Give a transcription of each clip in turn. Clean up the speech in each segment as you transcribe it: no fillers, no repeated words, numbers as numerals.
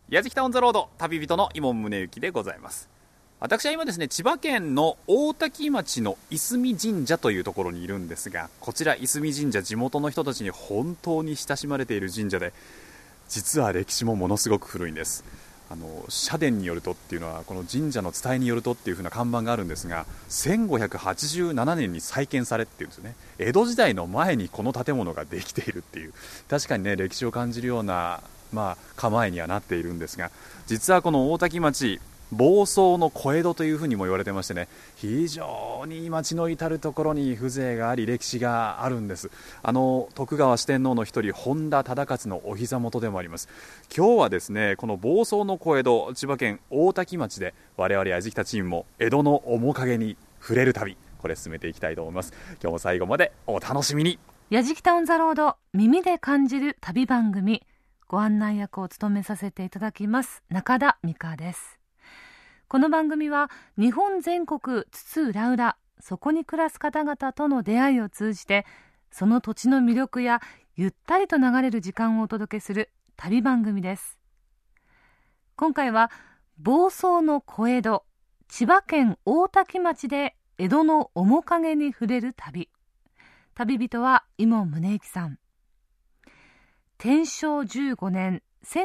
やじきたオンザロード、旅人の伊門宗行でございます。私は今ですね、千葉県の大多喜町のいすみ神社というところにいるんですが、こちらいすみ神社、地元の人たちに本当に親しまれている神社で、実は歴史もものすごく古いんです。社殿によるとっていうのは、この神社の伝えによるとっていう風な看板があるんですが、1587年に再建されっていうんですよね。江戸時代の前にこの建物ができているっていう、確かにね、歴史を感じるような構えにはなっているんですが、実はこの大多喜町、房総の小江戸というふうにも言われてましてね、非常に町の至るところに風情があり歴史があるんです。徳川四天王の一人本田忠勝のお膝元でもあります。今日はですね、この房総の小江戸、千葉県大多喜町で我々やじきたチームも江戸の面影に触れる旅、これ進めていきたいと思います。今日も最後までお楽しみに。 やじきたオンザロード、耳で感じる旅番組、ご案内役を務めさせていただきます中田美香です。この番組は日本全国津々浦々、そこに暮らす方々との出会いを通じて、その土地の魅力やゆったりと流れる時間をお届けする旅番組です。今回は房総の小江戸、千葉県大多喜町で江戸の面影に触れる旅。旅人は伊門宗行さん。天正15年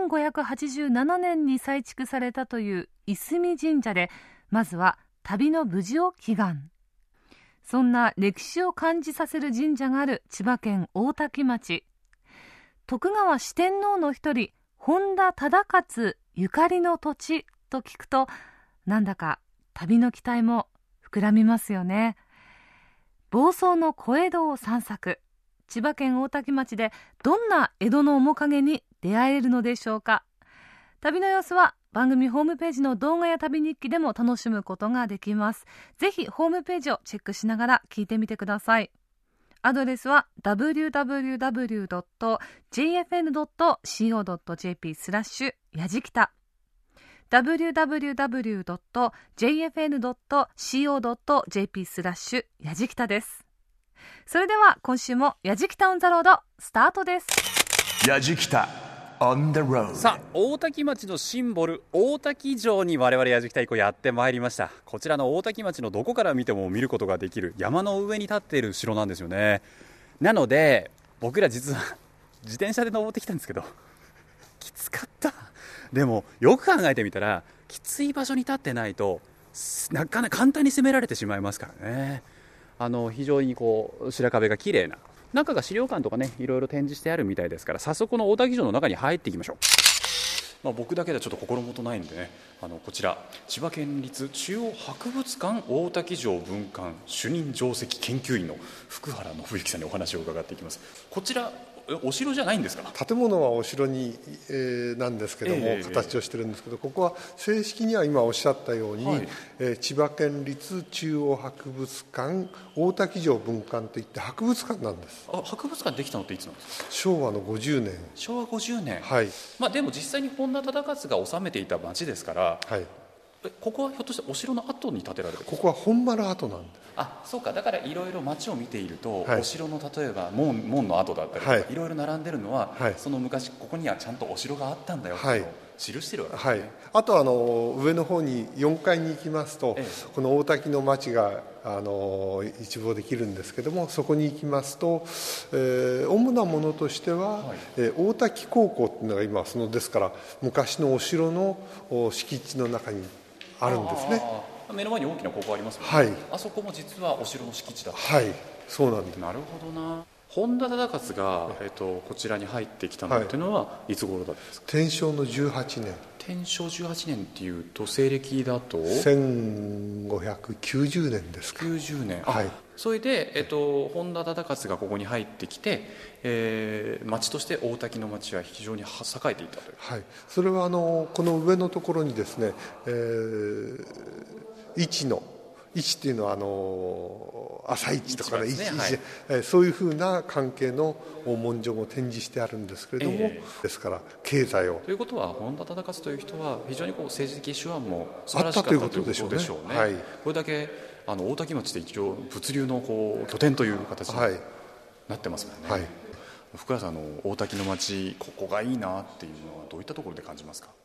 1587年に再築されたといういすみ神社で、まずは旅の無事を祈願。そんな歴史を感じさせる神社がある千葉県大多喜町、徳川四天王の一人本田忠勝ゆかりの土地と聞くと、なんだか旅の期待も膨らみますよね。房総の小江戸を散策、千葉県大多喜町でどんな江戸の面影に出会えるのでしょうか。旅の様子は番組ホームページの動画や旅日記でも楽しむことができます。ぜひホームページをチェックしながら聞いてみてください。アドレスは www.jfn.co.jp やじきた www.jfn.co.jp やじきたです。それでは今週もやじきたオンザロードスタートです。 やじきた on the road。 さあ、大多喜町のシンボル大多喜城に我々やじきた以降やってまいりました。こちらの大多喜町のどこから見ても見ることができる山の上に立っている城なんですよね。なので僕ら実は自転車で登ってきたんですけど、きつかった。でもよく考えてみたら、きつい場所に立ってないとなかなか簡単に攻められてしまいますからね。非常に白壁が綺麗な、中が資料館とかね、いろいろ展示してあるみたいですから、早速この大多喜城の中に入っていきましょう。僕だけではちょっと心もとないんでね、こちら千葉県立中央博物館大多喜城文館主任上席研究員の福原信之さんにお話を伺っていきます。こちらお城じゃないんですか？ 建物はお城に、なんですけども、形をしてるんですけど、ここは正式には今おっしゃったように、千葉県立中央博物館大多喜城文館といって博物館なんです。 博物館できたのっていつなんですか？ 昭和の50年。 昭和50年。 はい。 でも実際に本田忠勝が治めていた町ですから、はい、ここはひょっとしてお城の後に建てられてる？ ここは本丸跡なんです。 そうか。だからいろいろ町を見ていると、お城の例えば門の跡だったりとか、いろいろ並んでるのは、その昔ここにはちゃんとお城があったんだよっていうのを記してるわけですね。 あと上の方に4階に行きますと、この大多喜の町が一望できるんですけども、そこに行きますと、主なものとしては、大多喜高校っていうのが今ですから昔のお城の敷地の中にあるんですね。 目の前に大きな高校ありますもんね。 はい。 あそこも実はお城の敷地だった。 はい、そうなんです。 なるほどな。本田忠勝が、こちらに入ってきたのっていうのはいつ頃だったんですか？ 天正の18年。 天正18年っていうと西暦だと 1590年ですか。 90年。 はい。 それで、本田忠勝がここに入ってきて、町として大多喜の町は非常に栄えていたという。 はい。それはこの上のところにですね、市っていうのは朝市とかね、そういうふうな関係の文書も展示してあるんですけれども、ですから経済をということは本田忠勝という人は非常に政治的手腕も素晴らしかったということでしょうね。はい、これだけ大多喜町で一応物流の拠点という形になってますもんね。はい。 福原さん、大多喜の町、ここがいいなっていうのはどういったところで感じますか？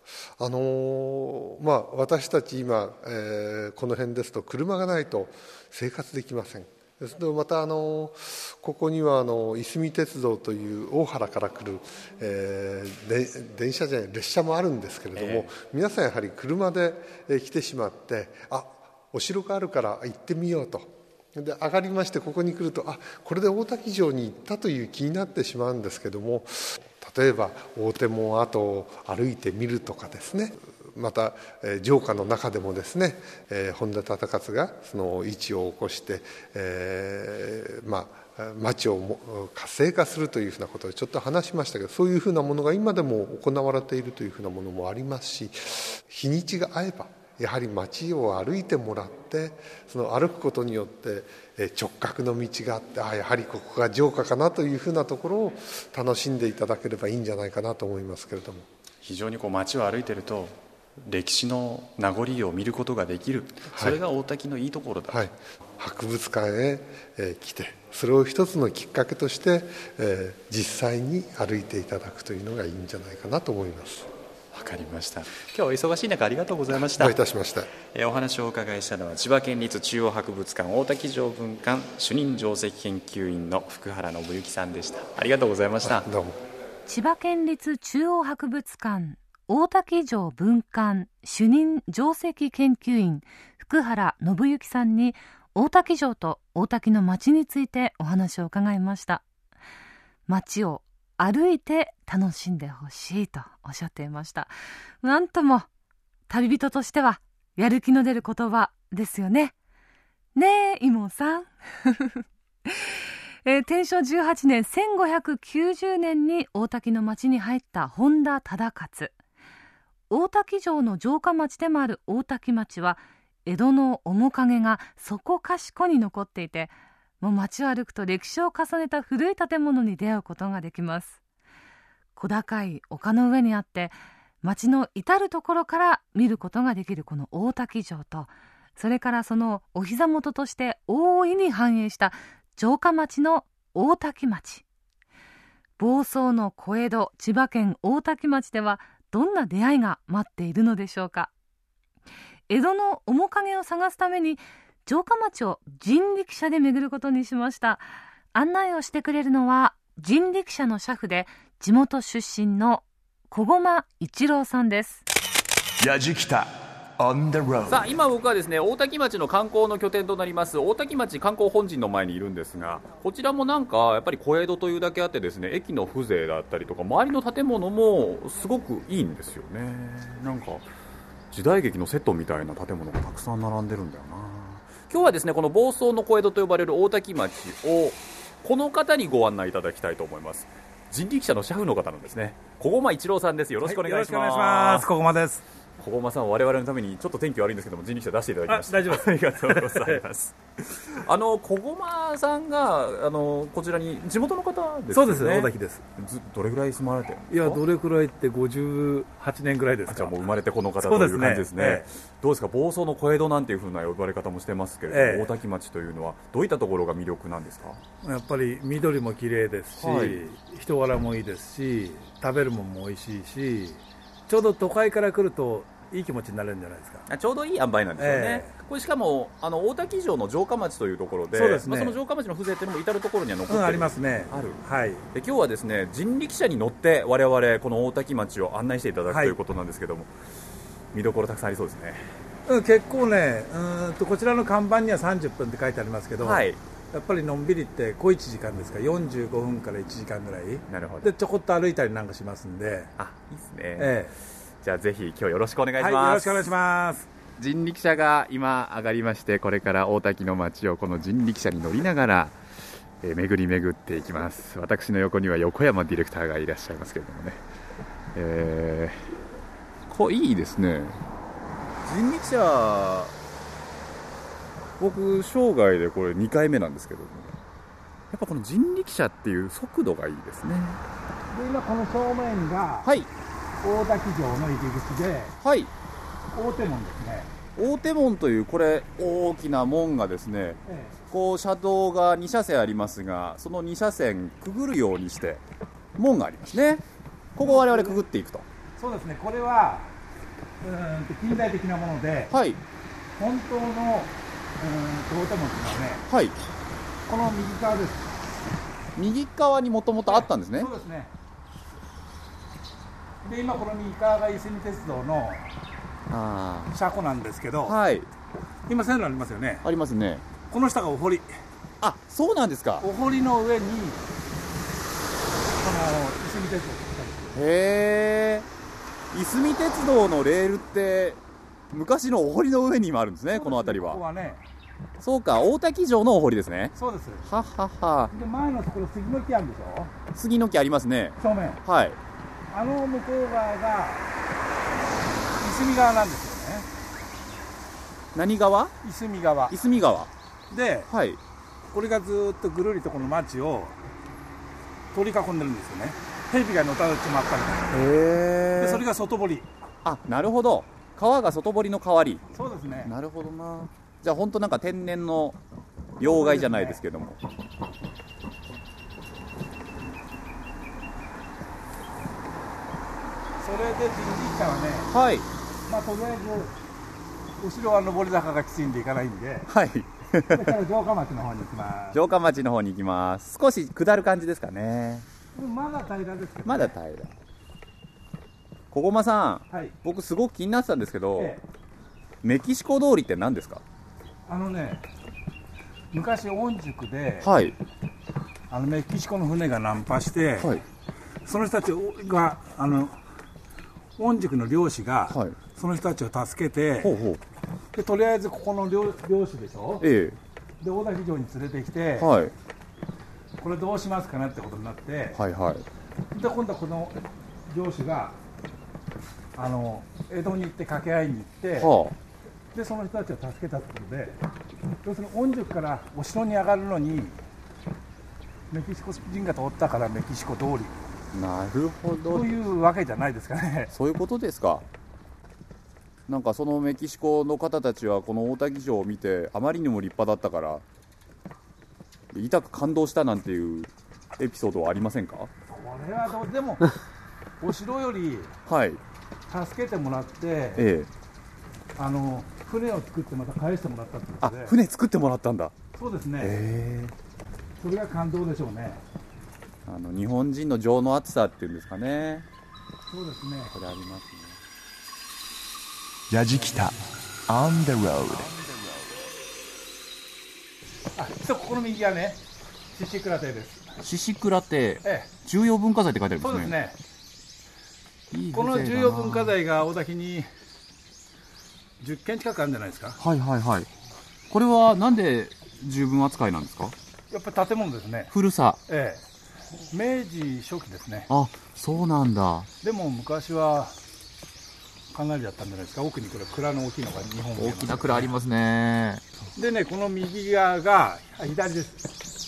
私たち今、この辺ですと車がないと生活できません。ですのでまたここにはいすみ鉄道という大原から来る、列車もあるんですけれども、皆さんやはり車で来てしまって、お城があるから行ってみようとで上がりまして、ここに来るとこれで大多喜城に行ったという気になってしまうんですけども、例えば大手門跡を歩いてみるとかですね、また城下の中でもですね、本多忠勝がその市を起こして、町を活性化するというふうなことをちょっと話しましたけど、そういうふうなものが今でも行われているというふうなものもありますし、日にちが合えばやはり町を歩いてもらって、その歩くことによって直角の道があって、やはりここが城下かなというふうなところを楽しんでいただければいいんじゃないかなと思いますけれども、 非常に町を歩いていると歴史の名残を見ることができる、それが大多喜のいいところだ、 博物館へ、来て、それを一つのきっかけとして、実際に歩いていただくというのがいいんじゃないかなと思います。 わかりました。今日はお忙しい中ありがとうございました。 どういたしました。 お話をお伺いしたのは千葉県立中央博物館大多喜城文館主任上席研究員の福原信之さんでした。ありがとうございました。 どうも。 千葉県立中央博物館大多喜城文館主任上席研究員福原信之さんに大多喜城と大多喜の町についてお話を伺いました。町を歩いて楽しんでほしいとおっしゃっていました。なんとも旅人としてはやる気の出る言葉ですよね。ねえ、イモさん。天正18年1590年に大多喜の町に入った本田忠勝。大多喜城の城下町でもある大多喜町は江戸の面影がそこかしこに残っていて、もう街を歩くと歴史を重ねた古い建物に出会うことができます。小高い丘の上にあって、街の至るところから見ることができるこの大多喜城と、それからそのお膝元として大いに繁栄した城下町の大多喜町。房総の小江戸、千葉県大多喜町ではどんな出会いが待っているのでしょうか。江戸の面影を探すために城下町を人力車で巡ることにしました。案内をしてくれるのは人力車の車夫で地元出身の小駒一郎さんです。 やじきた on the road。 さあ、今僕はですね、大多喜町の観光の拠点となります大多喜町観光本陣の前にいるんですが、こちらもなんかやっぱり小江戸というだけあってですね、駅の風情だったりとか周りの建物もすごくいいんですよね。なんか時代劇のセットみたいな建物がたくさん並んでるんだよな。今日はですね、この房総の小江戸と呼ばれる大多喜町をこの方にご案内いただきたいと思います。人力車の車夫の方なんですね。小駒一郎さんです。よろしくお願いします。 よろしくお願いします。小駒です。 小駒さん、我々のためにちょっと天気悪いんですけども人力車出していただきました。 大丈夫です。 ありがとうございます小駒さんがこちらに地元の方ですよね。 そうです、大多喜です。 どれぐらい住まれてるんですか？ いや、どれくらいって58年ぐらいですか。 じゃあもう生まれてこの方という感じですね。どうですか、房総の小江戸なんていう風な呼ばれ方もしてますけれども、大多喜町というのはどういったところが魅力なんですか？ やっぱり緑も綺麗ですし、人柄もいいですし、食べるものも美味しいし、ちょうど都会から来るといい気持ちになれるんじゃないですか。 ちょうどいい塩梅なんですよね。これしかも大多喜城の城下町というところで、そうですね、その城下町の風情というのも至るところには残っている、 ありますね。 ある、 で今日はですね、人力車に乗って我々この大多喜町を案内していただくということなんですけども、見どころたくさんありそうですね。 結構ね、こちらの看板には30分って書いてありますけど、やっぱりのんびりって小1時間ですから45分から1時間ぐらい。 なるほど。 でちょこっと歩いたりなんかしますんで。 いいですね。じゃあぜひ今日よろしくお願いします。 よろしくお願いします。 人力車が今上がりまして、これから大多喜の町をこの人力車に乗りながら、巡り巡っていきます。私の横には横山ディレクターがいらっしゃいますけれどもね、いいですね。人力車、僕生涯でこれ2回目なんですけども、やっぱこの人力車っていう速度がいいですね。 で今この正面が、大多喜城の入り口で、大手門ですね。 大手門というこれ大きな門がですね、こう車道が2車線ありますが、その2車線くぐるようにして門がありますね。ここを我々くぐっていくと。 そうですね、これは近代的なもので、 はい本当の大手門っていうのはね、 はい、 この右側です。 右側にもともとあったんですね。 そうですね。で今この右側がいすみ鉄道の車庫なんですけど、 はい、 今線路ありますよね。 ありますね。 この下がお堀。 あ、そうなんですか。 お堀の上にこのいすみ鉄道。 へえ。いすみ鉄道のレールって昔のお堀の上にもあるんですね。この辺りは。 ここはね。 そうか、大滝城のお堀ですね。 そうです。 ははは。 で前のところ杉の木あるでしょ。 杉の木ありますね。 正面。 はい。 あの向こう側がいすみ川なんですよね。 何川？ いすみ川。 いすみ川。 で、 はい。 これがずっとぐるりとこの町を取り囲んでるんですよね。蛇がのたうちまったり。 へえ。 でそれが外堀。 あ、なるほど。川が外堀の代わり。 そうですね。 なるほどな。じゃあ本当なんか天然の要害じゃないですけども。 それで人力車はね、 はい。 まあとりあえず後ろは上り坂がきついんで行かないんで、 はい。 それから城下町の方に行きます。 城下町の方に行きます。少し下る感じですかね。 まだ平らですけど、ね、 まだ平ら。小駒さん、 はい、 僕すごく気になってたんですけど、メキシコ通りって何ですか？ 昔御宿で、 はい、 メキシコの船が難破して、はい、その人たちが御宿の漁師が、はい、その人たちを助けて、でとりあえずここの 漁師でしょ、で大滝城に連れてきて、はい、これどうしますかねってことになって、はいはい、で今度はこの漁師が江戸に行って掛け合いに行って、でその人たちを助けたってことで、要するに御宿からお城に上がるのにメキシコ人が通ったからメキシコ通り。 なるほど。 というわけじゃないですかね。 そういうことですか。なんかそのメキシコの方たちはこの大滝城を見てあまりにも立派だったから痛く感動したなんていうエピソードはありませんか？ これはどうでもお城より助けてもらって、船を作ってまた返してもらったってことで。 船作ってもらったんだ。 そうですね、それが感動でしょうね。 日本人の情の厚さっていうんですかね。 そうですね。 これありますね。 やじきた On the road。 ここの右がね、獅子倉亭です。 獅子倉亭、重要文化財って書いてあるんですね。 そうですね。 いいこの重要文化財が大滝に10件近くあるんじゃないですか。 はいはいはい。これはなんで重文扱いなんですか？ やっぱり建物ですね。 古さ。 明治初期ですね。 あ、そうなんだ。 でも昔はかなりだったんじゃないですか。奥にこれ蔵の大きいのが日本大きな蔵ありますね。 でね、この右側が左です。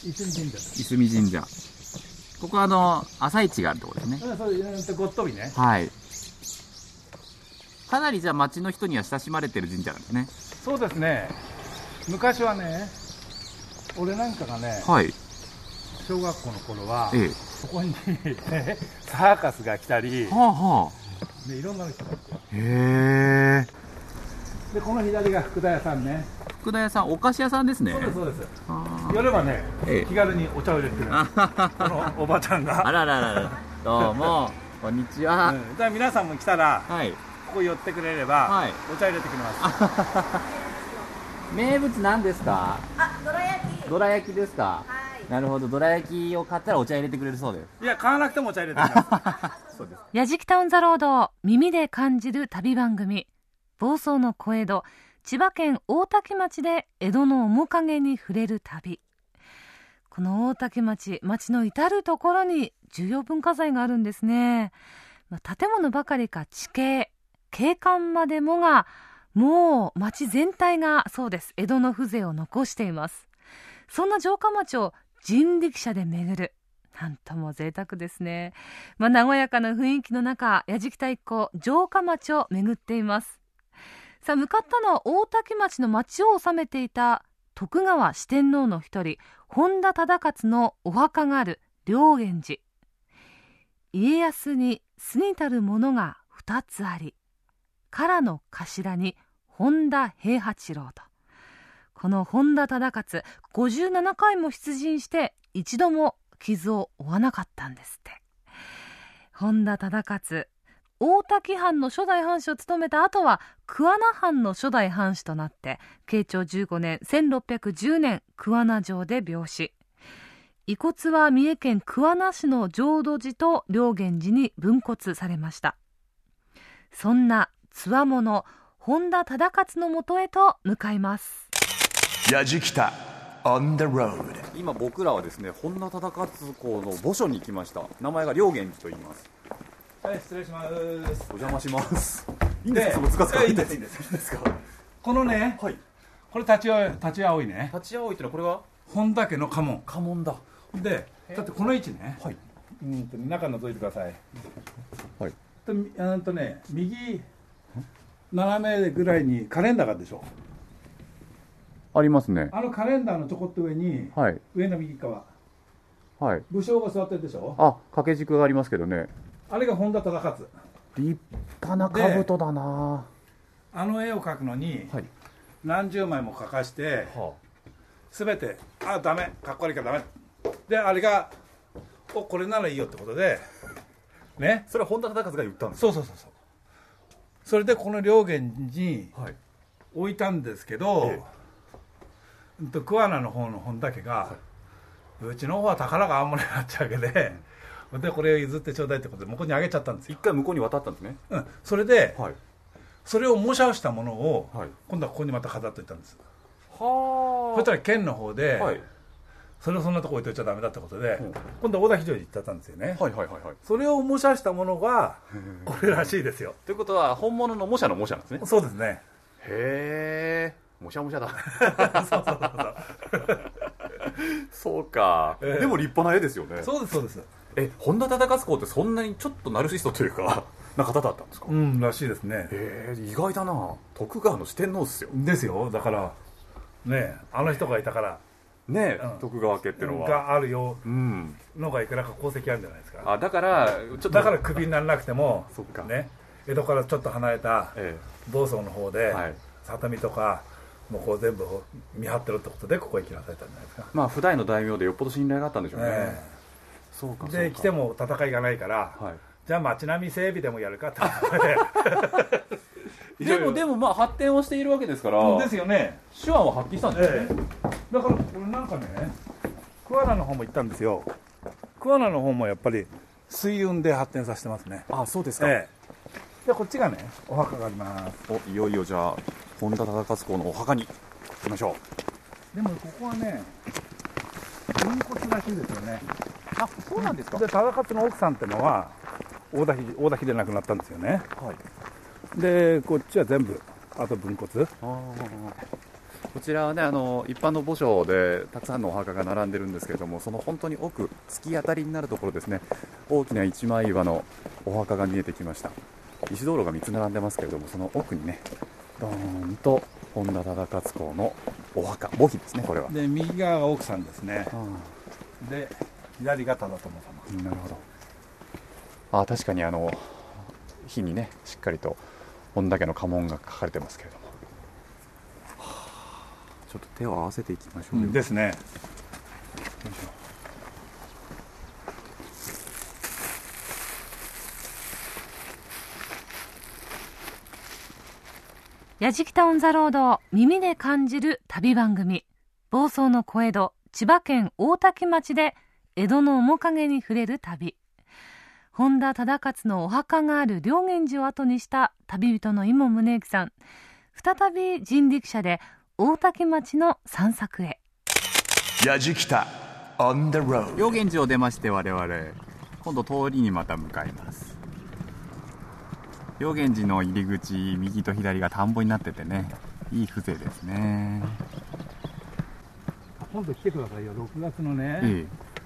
いすみ神社です。 いすみ神社。ここは朝市があるところですね。 そう、ごっとびね。 はい。かなりじゃあ町の人には親しまれてる神社なんですね。 そうですね。昔はね、俺なんかがね、 はい、 小学校の頃は、そこにサーカスが来たり、でいろんな人が来て、でこの左が福田屋さんね。 福田屋さん、お菓子屋さんですね。 そうですそうです。夜はね、気軽にお茶を入れてくれるこのおばちゃんが。 あらららら、どうもこんにちは。 だから皆さんも来たら、ここ寄ってくれれば、お茶入れてくれます。 名物なんですか？ どら焼き。 どら焼きですか？なるほど。どら焼きを買ったらお茶入れてくれるそうです。 いや、買わなくてもお茶入れてくれます。 そうです。やじきたオンザロード、耳で感じる旅番組。房総の小江戸、千葉県大多喜町で江戸の面影に触れる旅。この大多喜町、町の至るところに重要文化財があるんですね。建物ばかりか地形、景観までもがもう町全体がそうです。江戸の風情を残しています。そんな城下町を人力車で巡る。なんとも贅沢ですね。和やかな雰囲気の中、やじきた一行城下町を巡っています。 さあ向かったのは大多喜町の町を治めていた徳川四天王の一人本田忠勝のお墓がある良源寺。家康に過ぎたるものが2つあり、唐の頭に本田平八郎と。この本田忠勝57回も出陣して一度も傷を負わなかったんですって。本田忠勝、大多喜藩の初代藩主を務めた後は桑名藩の初代藩主となって慶長15年1610年桑名城で病死。遺骨は三重県桑名市の浄土寺と良源寺に分骨されました。そんなつわもの本田忠勝のもとへと向かいます。 やじきた on the road。 今僕らはですね、本田忠勝公の墓所に行きました。名前が良源寺と言います。 はい、失礼します。 お邪魔します。いいんですか、そのつかつか。 いいです、いいです。いいですか。このね、 はい、 これ立ち葵ね。 立ち葵ってのはこれは本田家の家紋。 家紋だ。 で、だってこの位置ね。 はい。 中覗いてください。 はい。 ね、右斜めぐらいにカレンダーがあるでしょ。 ありますね。 あのカレンダーのちょこっと上に、 はい、 上の右側、 はい、 武将が座ってるでしょ。 あ、掛け軸がありますけどね。 あれが本田忠勝。 立派な兜だな。 あの絵を描くのに、はい、何十枚も描かして、すべてダメ、かっこ悪いからダメで、あれがこれならいいよってことでね。 それは本田忠勝が言ったんですか。 そう。それでこの良源寺に置いたんですけど、桑名の方の本田家が、うちの方は宝があんまりなっちゃうわけで、でこれを譲ってちょうだいってことで向こうにあげちゃったんですよ。 一回向こうに渡ったんですね。 それで、それを模写したものを、今度はここにまた飾っといたんです。そしたら県の方で、それをそんなとこ置いといちゃダメだってことで、今度は大田非常に行っちゃったんですよね。それを模写したものがこれらしいですよ。 ということは本物の模写の模写なんですね。 そうですね。 へえ、模写だ。そうか。でも立派な絵ですよね。 そうです。 本田忠勝公ってそんなにちょっとナルシストというかな方だったんですか。 らしいですね。 意外だな。徳川の四天王ですよ。 ですよ。だからね、あの人がいたからね、徳川家っていうのはがあるよのがいくらか功績あるんじゃないですか。 だからクビにならなくてもね、江戸からちょっと離れた房総の方で里見とかもうこう全部見張ってるってことでここへ来なされたんじゃないですか。 まあ普代の大名でよっぽど信頼があったんでしょうね。 そうか。で来ても戦いがないから、じゃあ町並み整備でもやるかってでもまあ発展をしているわけですからですよね。 手腕を発揮したんですね。 だからこれなんかね、桑名の方も行ったんですよ。桑名の方もやっぱり水運で発展させてますね。 あ、そうですか。 でこっちがねお墓があります。 いよいよじゃあ本田忠勝公のお墓に行きましょう。でもここはね分骨らしいですよね。 あ、そうなんですか。 で忠勝の奥さんってのは大田秀で亡くなったんですよね。でこっちは全部あと分骨。 こちらはね、一般の墓所でたくさんのお墓が並んでるんですけれども、その本当に奥、突き当たりになるところですね、大きな一枚岩のお墓が見えてきました。石灯籠が3つ並んでますけれども、その奥にねドーンと本田忠勝公のお墓、墓碑ですね。これはで右側が奥さんですね。で左が忠友様。 なるほど。確かに碑にねしっかりと本田家の家紋が書かれてますけれども、ちょっと手を合わせていきましょう。 ですね。 やじきたオンザロード、耳で感じる旅番組。房総の小江戸、千葉県大多喜町で江戸の面影に触れる旅。本田忠勝のお墓がある良源寺を後にした旅人の伊門宗行さん、再び人力車で大多喜町の散策へ。 やじきた on the road。 良源寺を出まして我々今度通りにまた向かいます。良源寺の入り口、右と左が田んぼになっててね、いい風情ですね。 今度来てくださいよ。6月のね、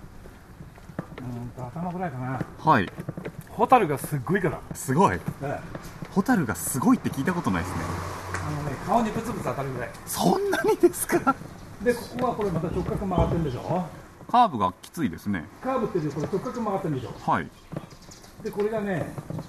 頭ぐらいかな。 はい。 ホタルがすっごいから。 すごい。ホタルがすごいって聞いたことないですね。 顔にブツブツ当たるぐらい。 そんなにですか？ でここはこれまた直角曲がってるでしょ。 カーブがきついですね。 カーブっていうこれ直角曲がってるでしょ。 はい。 でこれがね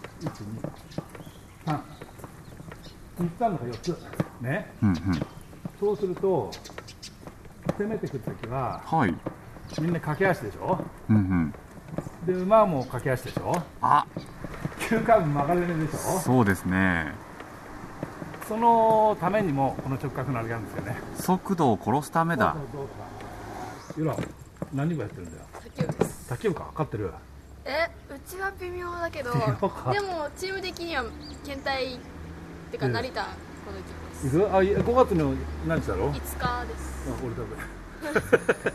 1、2、3、3つあるのが4つね、 うんうん、 そうすると攻めてくるときは、 はい、 みんな駆け足でしょ、 うんうん、 で馬も駆け足でしょ、 あ、 急カーブ曲がれるでしょ。 そうですね。 そのためにもこの直角のあれがあるんですよね。 速度を殺すためだ。 ゆら何部やってるんだよ。 卓球部です。 卓球部か、勝ってる。 うちは微妙だけど、でもチーム的には県大ってか成田この時です。 行く？あ、5月の何日だろう？5 日です。 俺だべ。 いいっ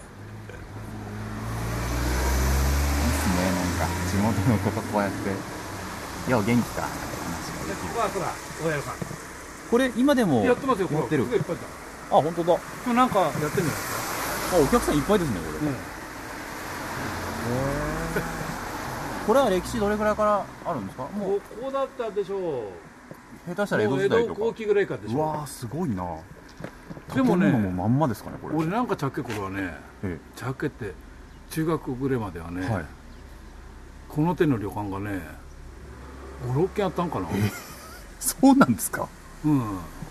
すね、なんか地元の子とこうやって「よう元気か」話ができる。 ここはほら大家さんこれ今でもやってますよ。 やってる。 いっぱいだ。 あ、本当だ。 今日なんかやってんじゃないですか。 あ、お客さんいっぱいですね、これ。これは歴史どれぐらいからあるんですか？もうここだったでしょう。 下手したら江戸時代とか。 江戸後期ぐらいからでしょ。 うわー、すごいな。 でもね、 建物もまんまですかね、これ。 俺なんか茶っけ頃はね、茶っけって中学ぐらいまではね、 はい、 この手の旅館がね5、6軒あったんかな。 そうなんですか？ うん。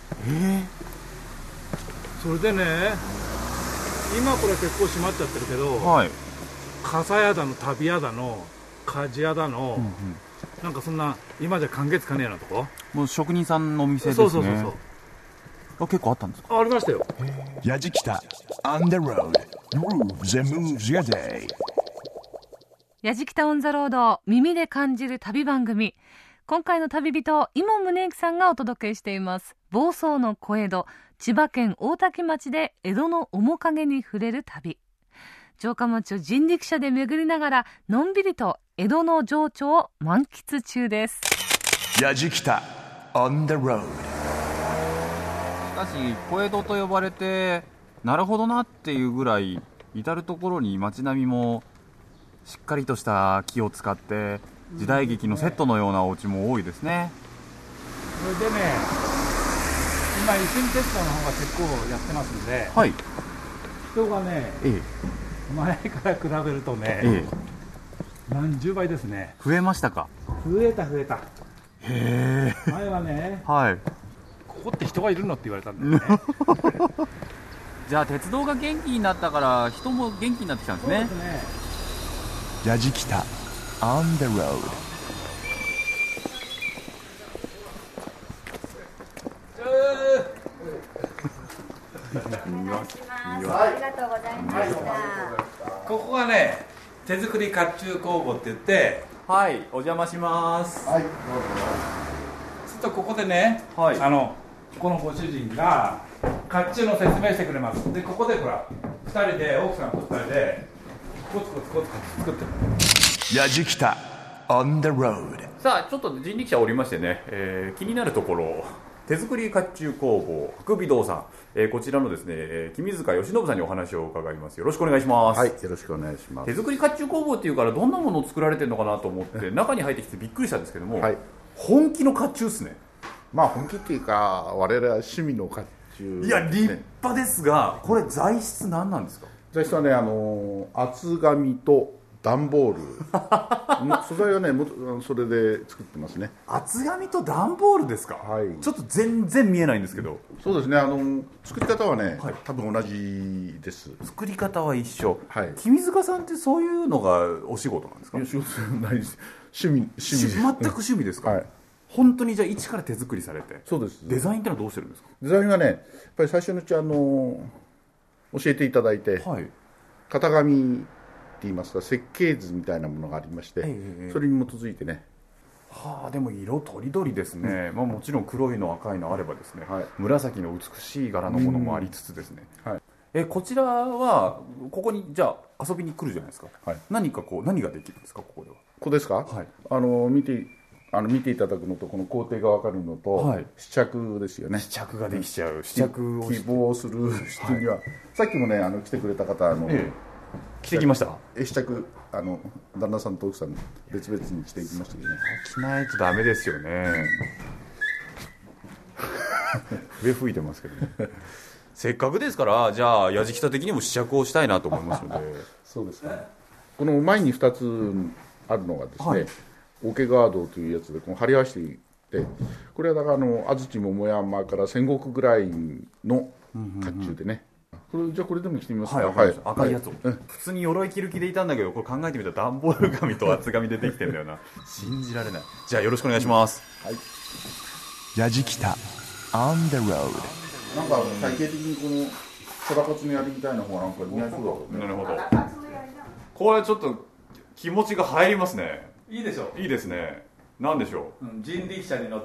それでね、今これ結構閉まっちゃってるけど、 はい、 傘屋だの旅屋だの鍛冶屋だの、うんうん、なんかそんな今じゃ寒月かねえなとこ、 もう職人さんのお店ですね。そうあ、結構あったんですか？ ありましたよ。 やじきた On the road Grooves and moves your day。 やじきたオンザロード、耳で感じる旅番組。今回の旅人、伊門宗行さんがお届けしています。房総の小江戸、千葉県大多喜町で江戸の面影に触れる旅。城下町を人力車で巡りながらのんびりと江戸の情緒を満喫中です。 やじきた On the road。 しかし小江戸と呼ばれてなるほどなっていうぐらい至る所に街並みもしっかりとした木を使って時代劇のセットのようなお家も多いですね。 それでね、今いすみ鉄道の方が結構やってますんで、 はい、 人がね、前から比べるとね、何十倍ですね。 増えましたか？ 増えた。へえ。 前はね、 はい、 ここって人がいるのって言われたんだよね。 じゃあ鉄道が元気になったから人も元気になってきたんですね。 そうですね。 やじきた On the road。 ありがとうございました。 ここがね、手作り甲冑工房って言って、 はい、お邪魔します。はい、どうぞ。 ちょっとここでね、 はい、 このご主人が甲冑の説明してくれます。でここでほら2人で奥さんと2人でコツコツ作ってる。 やじきた On the road。 さあちょっと人力車降りましてね、気になるところ、手作り甲冑工房白尾堂さん、こちらのですね、君塚義信さんにお話を伺います。よろしくお願いします。 はい、よろしくお願いします。 手作り甲冑工房っていうからどんなものを作られてるのかなと思って中に入ってきてびっくりしたんですけども、はい、本気の甲冑ですね。 まあ本気っていうか我々は趣味の甲冑、ね、 いや立派ですが、これ材質何なんですか？ 材質はね、厚紙と段ボール素材はねそれで作ってますね。 厚紙と段ボールですか？はい。ちょっと全然見えないんですけど。 そうですね、作り方はね、はい、多分同じです。 作り方は一緒。 はい。 君塚さんってそういうのがお仕事なんですか？ いや、仕事ないです。趣味全く趣味ですか？はい。本当にじゃあ一から手作りされて。 そうです。 デザインってのはどうしてるんですか？ デザインはね、やっぱり最初のうち教えていただいて、はい、型紙って言いますか設計図みたいなものがありまして、それに基づいてね。 はあ、でも色とりどりですね。まあもちろん黒いの赤いのあればですね、はい、紫の美しい柄のものもありつつですね。はい。こちらはここにじゃあ遊びに来るじゃないですか。はい。何ができるんですか、ここでは？ここですか？はい。見ていただくのとこの工程が分かるのと、はい、試着ですよね。 試着ができちゃう。試着を希望する人には、はい、さっきもね来てくれた方着てきました。 試着旦那さんと奥さん別々に着ていきましたけどね。 着ないとダメですよね。 笛吹いてますけどねせっかくですからじゃあやじきた的にも試着をしたいなと思いますのでそうですね。この前に2つあるのがですね、オケガードというやつでこの張り合わせていて、これはだから安土桃山から戦国ぐらいの甲冑でね、じゃあこれでも着てみますか。 赤いやつを、普通に鎧着る気でいたんだけど、これ考えてみたら段ボール紙と厚紙でできてるんだよな信じられない。じゃあよろしくお願いします。 やじきた On the road。 なんか体系的にこの空骨の槍みたいな方がなんか似合いそうだね。 なるほど。これちょっと気持ちが入りますね。 いいでしょ。 いいですね。なんでしょう、 人力車に乗って、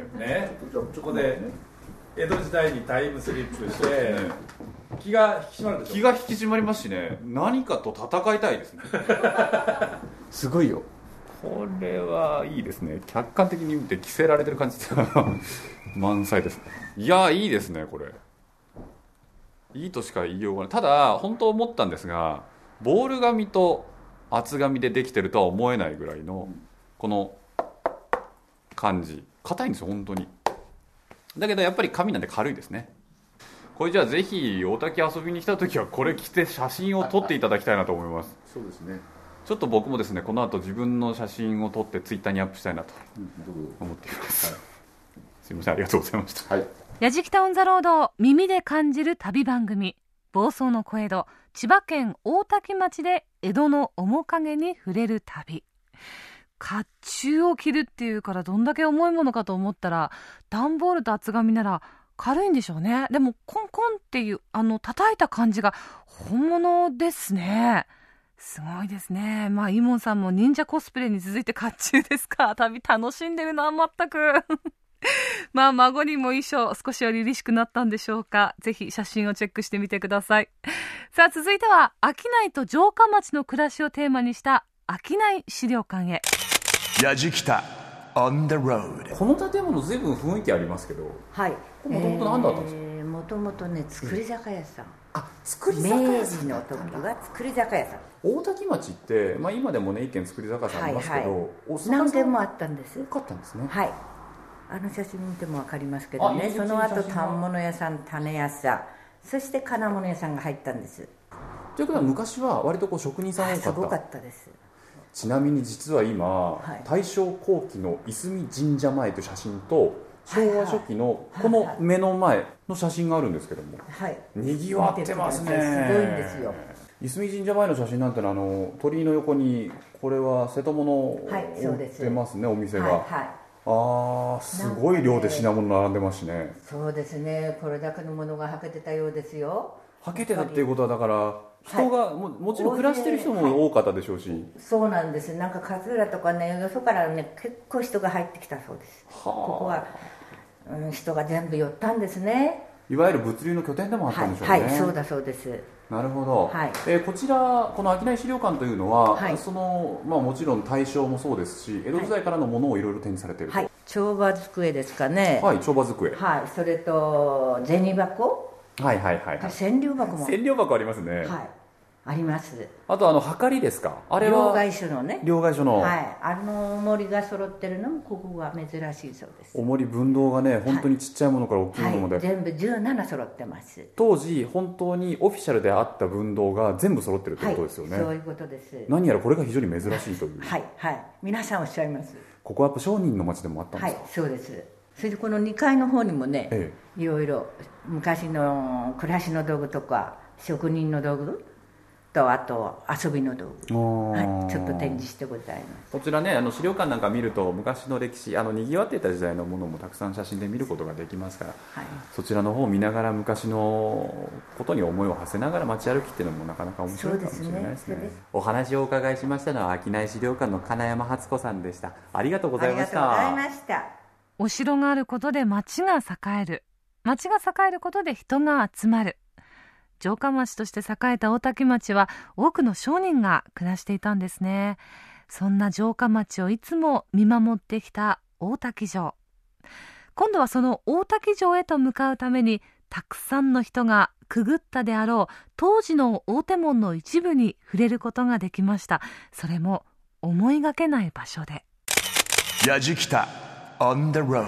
ね、そこで江戸時代にタイムスリップして、気が引き締まるでしょ。 気が引き締まりますしね、何かと戦いたいですねすごいよ。これはいいですね。客観的に見て着せられてる感じ満載ですね。いやいいですね。これいいとしか言いようがない。ただ本当思ったんですが、ボール紙と厚紙でできてるとは思えないぐらいのこの感じ、硬いんですよ本当に。だけどやっぱり紙なんで軽いですね。これじゃあぜひ大滝遊びに来た時はこれ着て写真を撮っていただきたいなと思います。 そうですね。 ちょっと僕もですね、この後自分の写真を撮ってツイッターにアップしたいなと思っています、すいません、ありがとうございました。 やじきたオンザロード、耳で感じる旅番組、房総の小江戸、千葉県大多喜町で江戸の面影に触れる旅。甲冑を着るっていうからどんだけ重いものかと思ったら、段ボールと厚紙なら軽いんでしょうね。でもコンコンっていう叩いた感じが本物ですね。すごいですね。まあイモンさんも忍者コスプレに続いて甲冑ですか。旅楽しんでるな全くまあ孫にも衣装少しは凛々しくなったんでしょうか。ぜひ写真をチェックしてみてください。さあ続いては商いと城下町の暮らしをテーマにした商い資料館へ。 やじきた On the road。 この建物随分雰囲気ありますけど、 はい。 これもともと何だったんですか。 もともとね、造り酒屋さん。 造り酒屋明治さん。 の時は造り酒屋さん。 大多喜町って、まあ、今でもね一軒造り酒屋さんありますけど、お酒屋さん何軒もあったんです。 多かったんですね。 はい。写真見ても分かりますけどね。その後反物屋さん、種屋さん、そして金物屋さんが入ったんです。 ということは昔は割とこう職人さん多かった。 すごかったです。 ちなみに実は今、大正後期のいすみ神社前という写真と昭和初期のこの目の前の写真があるんですけども、にぎわってますね。 すごいんですよ。 いすみ神社前の写真なんてのは鳥居の横にこれは瀬戸物を売ってますね、お店が。すごい量で品物並んでますしね。 そうですね。これだけのものがはけてたようですよ。 はけてたっていうことはだから人が、もちろん暮らしてる人も多かったでしょうし、 そうなんです。なんか勝浦とかね、よそからね結構人が入ってきたそうです。ここは、人が全部寄ったんですね。 いわゆる物流の拠点でもあったんでしょうね。 はい、そうだそうです。 なるほど。こちらこの商い資料館というのは、もちろん大正もそうですし江戸時代からのものをいろいろ展示されていると。 帳場机ですかね。 帳場机。 それと銭箱。川柳箱も。 川柳箱ありますね。 あります。 あとはかりですか。あれは両替所のね。 両替所の。 重りが揃ってるのもここが珍しいそうです。 重り分銅がね本当にちっちゃいものから大きいものまで、 全部17揃ってます。 当時本当にオフィシャルであった分銅が全部揃ってるということですよね。 そういうことです。 何やらこれが非常に珍しいという。 皆さんおっしゃいます。 ここはやっぱ商人の町でもあったんですか。 そうです。それでこの2階の方にもね、いろいろ昔の暮らしの道具とか職人の道具とあと遊びの道具、ちょっと展示してございます。 こちらね資料館なんか見ると昔の歴史にぎわっていた時代のものもたくさん写真で見ることができますから、そちらの方を見ながら昔のことに思いを馳せながら街歩きっていうのもなかなか面白いかもしれないですね。お話をお伺いしましたのは商い資料館の金山初子さんでした。ありがとうございました。 ありがとうございました。 お城があることで町が栄える、町が栄えることで人が集まる。城下町として栄えた大多喜町は多くの商人が暮らしていたんですね。そんな城下町をいつも見守ってきた大多喜城。今度はその大多喜城へと向かうためにたくさんの人がくぐったであろう当時の大手門の一部に触れることができました。それも思いがけない場所で。 やじきた On the road。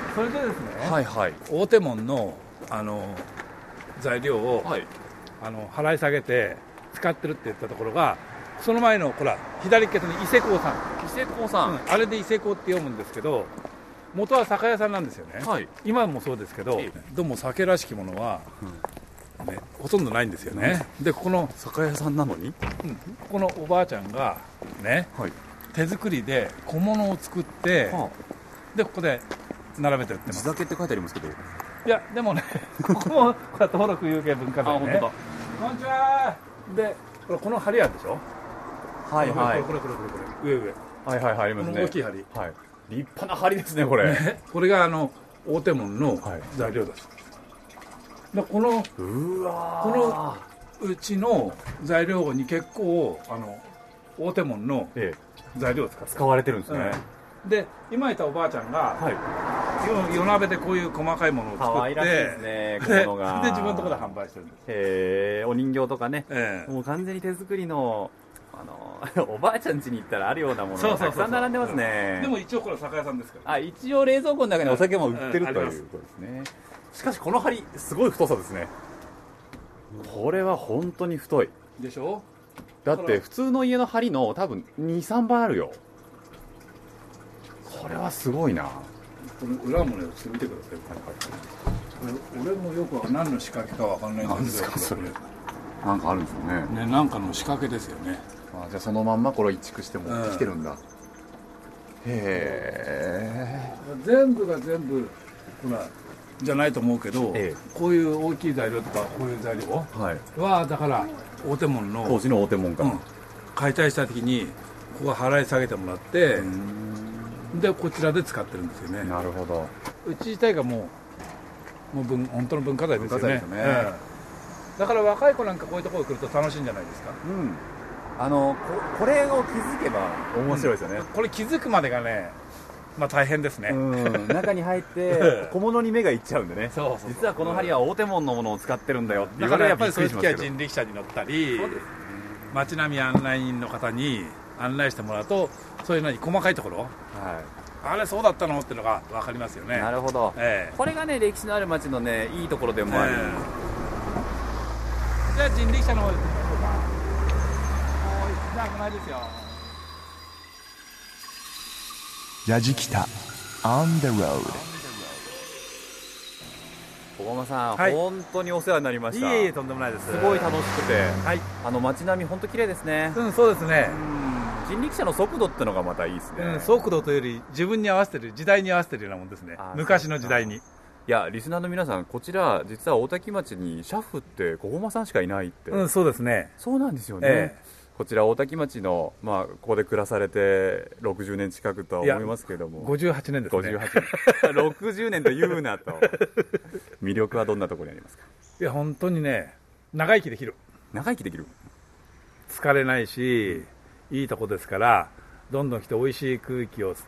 それでですね、 はいはい、 大手門の、材料を、 はい、 払い下げて使ってるって言ったところが、その前のほら左手に伊勢港さん、あれで伊勢港って読むんですけど、元は酒屋さんなんですよね、はい、今もそうですけど、どうも酒らしきものは、ね、ほとんどないんですよね、でこの酒屋さんなのに、 このおばあちゃんがね、はい、手作りで小物を作って、でここで並べて売ってます。 地酒って書いてありますけど、 いやでもねここもこれ登録有形文化財ね。こんにちは。でこの梁あるでしょ。はいはい、これ上はいはいはい、ありますね。 大きい梁、はい、 立派な梁ですねこれね。 これが大手門の材料です、はい、このうちの材料に結構大手門の材料を使われてるんですね、 で今いたおばあちゃんが、はい、夜鍋でこういう細かいものを作って、可愛らしいですね、小物がで自分のところで販売してるんです。 お人形とかね、もう完全に手作りのおばあちゃん家に行ったらあるようなものがたくさん並んでますね。 でも一応これ酒屋さんですから、 ね、一応冷蔵庫の中にお酒も売ってるということですね。しかしこの針すごい太さですね。これは本当に太いでしょ。 だって普通の家の針の多分 2,3 倍あるよ。これはすごいな。 この裏もね、ちょっと見てください。俺もよくは何の仕掛けかわかんないんですけど、それなんかあるんですよね。 なんかの仕掛けですよね。 じゃあそのまんまこれを移築して持ってきてるんだ。へえ。全部が全部ほらじゃないと思うけど、こういう大きい材料とかこういう材料はだから大手門の当時の大手門か、 解体した時にここ払い下げてもらって、でこちらで使ってるんですよね。 なるほど。 うち自体がもう本当の文化財ですよね。だから若い子なんかこういうところに来ると楽しいんじゃないですか。 これを気づけば面白いですよね。 これ気づくまでがね、まあ大変ですね。 中に入って小物に目がいっちゃうんでね。実はこの針は大手門のものを使ってるんだよって言われやっぱりそういう時は人力車に乗ったり、街並み案内人の方に案内してもらうと、そういう細かいところ、あれそうだったのっていうのが分かりますよね。 なるほど、これがね歴史のある街のねいいところでもある。 じゃあ人力車の方で行ってみましょうか。じゃあこの辺ですよ。 やじきた On the road。 小駒さん、本当にお世話になりました。 いえとんでもないです。 すごい楽しくて、街並み本当綺麗ですね。 そうですね。 人力車の速度ってのがまたいいですね。 速度というより自分に合わせてる、時代に合わせてるようなもんですね。昔の時代に。 いやリスナーの皆さん、こちら実は大多喜町に車夫って小駒さんしかいないって。 そうですね。 そうなんですよね。こちら大多喜町の、ここで暮らされて60年近くとは思いますけども、 58年ですね。 60年と言うなと。魅力はどんなところにありますか。 いや本当にね、長生きできる。 長生きできる。 疲れないし、いいとこですから、どんどん来て美味しい空気を吸って、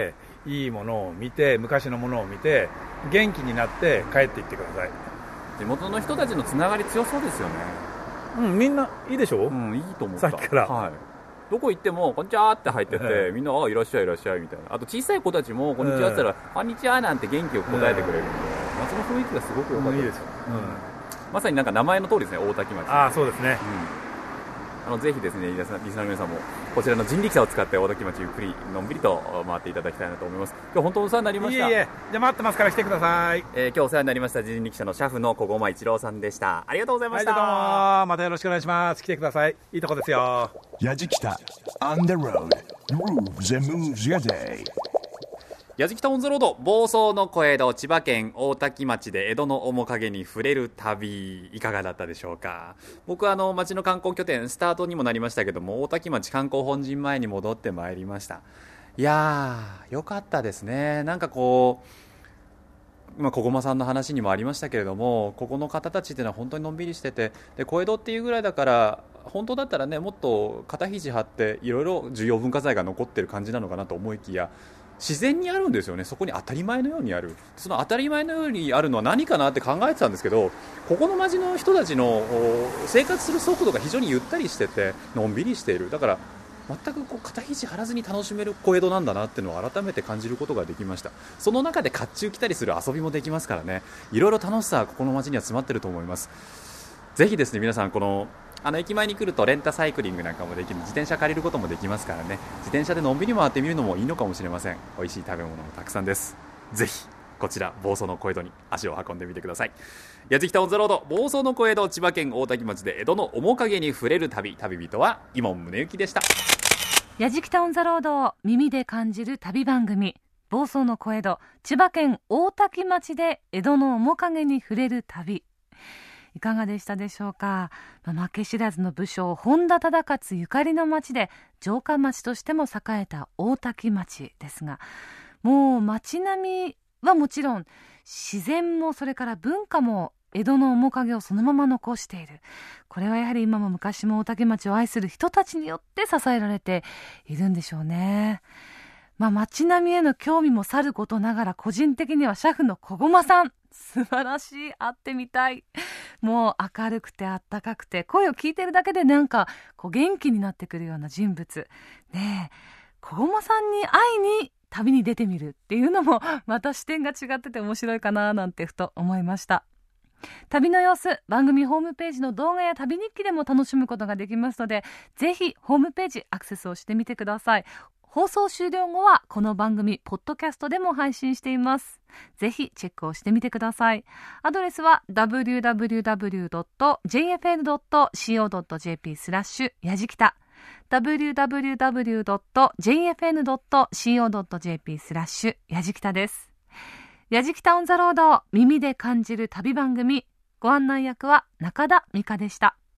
いいものを見て、昔のものを見て、元気になって帰っていってください。 地元の人たちのつながり強そうですよね。 みんないいでしょ。 いいと思った。 さっきから、 どこ行ってもこんにちはって入ってて、みんないらっしゃいいらっしゃいみたいな。あと小さい子たちもこんにちはって言ったら、こんにちはなんて元気を答えてくれるんで、街の雰囲気がすごく良かったです。まさになんか名前の通りですね、大多喜町。 そうですね。 ぜひですね、リスナーの皆さんもこちらの人力車を使って大多喜町ゆっくりのんびりと回っていただきたいなと思います。今日本当にお世話になりました。 じゃあ待ってますから来てください。 今日お世話になりました人力車の車夫の小駒一郎さんでした。ありがとうございました。 どうもまたよろしくお願いします。来てください。いいとこですよ。 やじきた On the road grooves and moves your day。 やじきたオンザロード、房総の小江戸、千葉県大多喜町で江戸の面影に触れる旅、いかがだったでしょうか。僕は町の観光拠点スタートにもなりましたけども、大多喜町観光本陣前に戻ってまいりました。いやーよかったですね。なんかこう小駒さんの話にもありましたけれども、ここの方たちっていうのは本当にのんびりしてて、で小江戸っていうぐらいだから本当だったらね、もっと肩肘張っていろいろ重要文化財が残ってる感じなのかなと思いきや、自然にあるんですよね。そこに当たり前のようにある。その当たり前のようにあるのは何かなって考えてたんですけど、ここの町の人たちの生活する速度が非常にゆったりしててのんびりしている。だから全くこう肩肘張らずに楽しめる小江戸なんだなっていうのを改めて感じることができました。その中で甲冑着たりする遊びもできますからね、いろいろ楽しさはここの街には詰まってると思います。ぜひですね、皆さんこの駅前に来るとレンタサイクリングなんかもできる、自転車借りることもできますからね、自転車でのんびり回ってみるのもいいのかもしれません。美味しい食べ物もたくさんです。ぜひこちら房総の小江戸に足を運んでみてください。やじきたオンザロード、房総の小江戸、千葉県大多喜町で江戸の面影に触れる旅、旅人は伊門宗行でした。 やじきたオンザロード、耳で感じる旅番組、房総の小江戸、千葉県大多喜町で江戸の面影に触れる旅、いかがでしたでしょうか。負け知らずの武将本田忠勝ゆかりの町で城下町としても栄えた大多喜町ですが、もう町並みはもちろん自然もそれから文化も江戸の面影をそのまま残している。これはやはり今も昔も大多喜町を愛する人たちによって支えられているんでしょうね。街並みへの興味もさることながら、個人的には車夫の小駒さん素晴らしい、会ってみたい。もう明るくてあったかくて、声を聞いてるだけでなんかこう元気になってくるような人物ね。小駒さんに会いに旅に出てみるっていうのもまた視点が違ってて面白いかななんてふと思いました。旅の様子、番組ホームページの動画や旅日記でも楽しむことができますので、ぜひホームページアクセスをしてみてください。放送終了後はこの番組ポッドキャストでも配信しています。ぜひチェックをしてみてください。アドレスは www.jfn.co.jp やじきた www.jfn.co.jp やじきたです。やじきたオンザロード、耳で感じる旅番組、ご案内役は中田美香でした。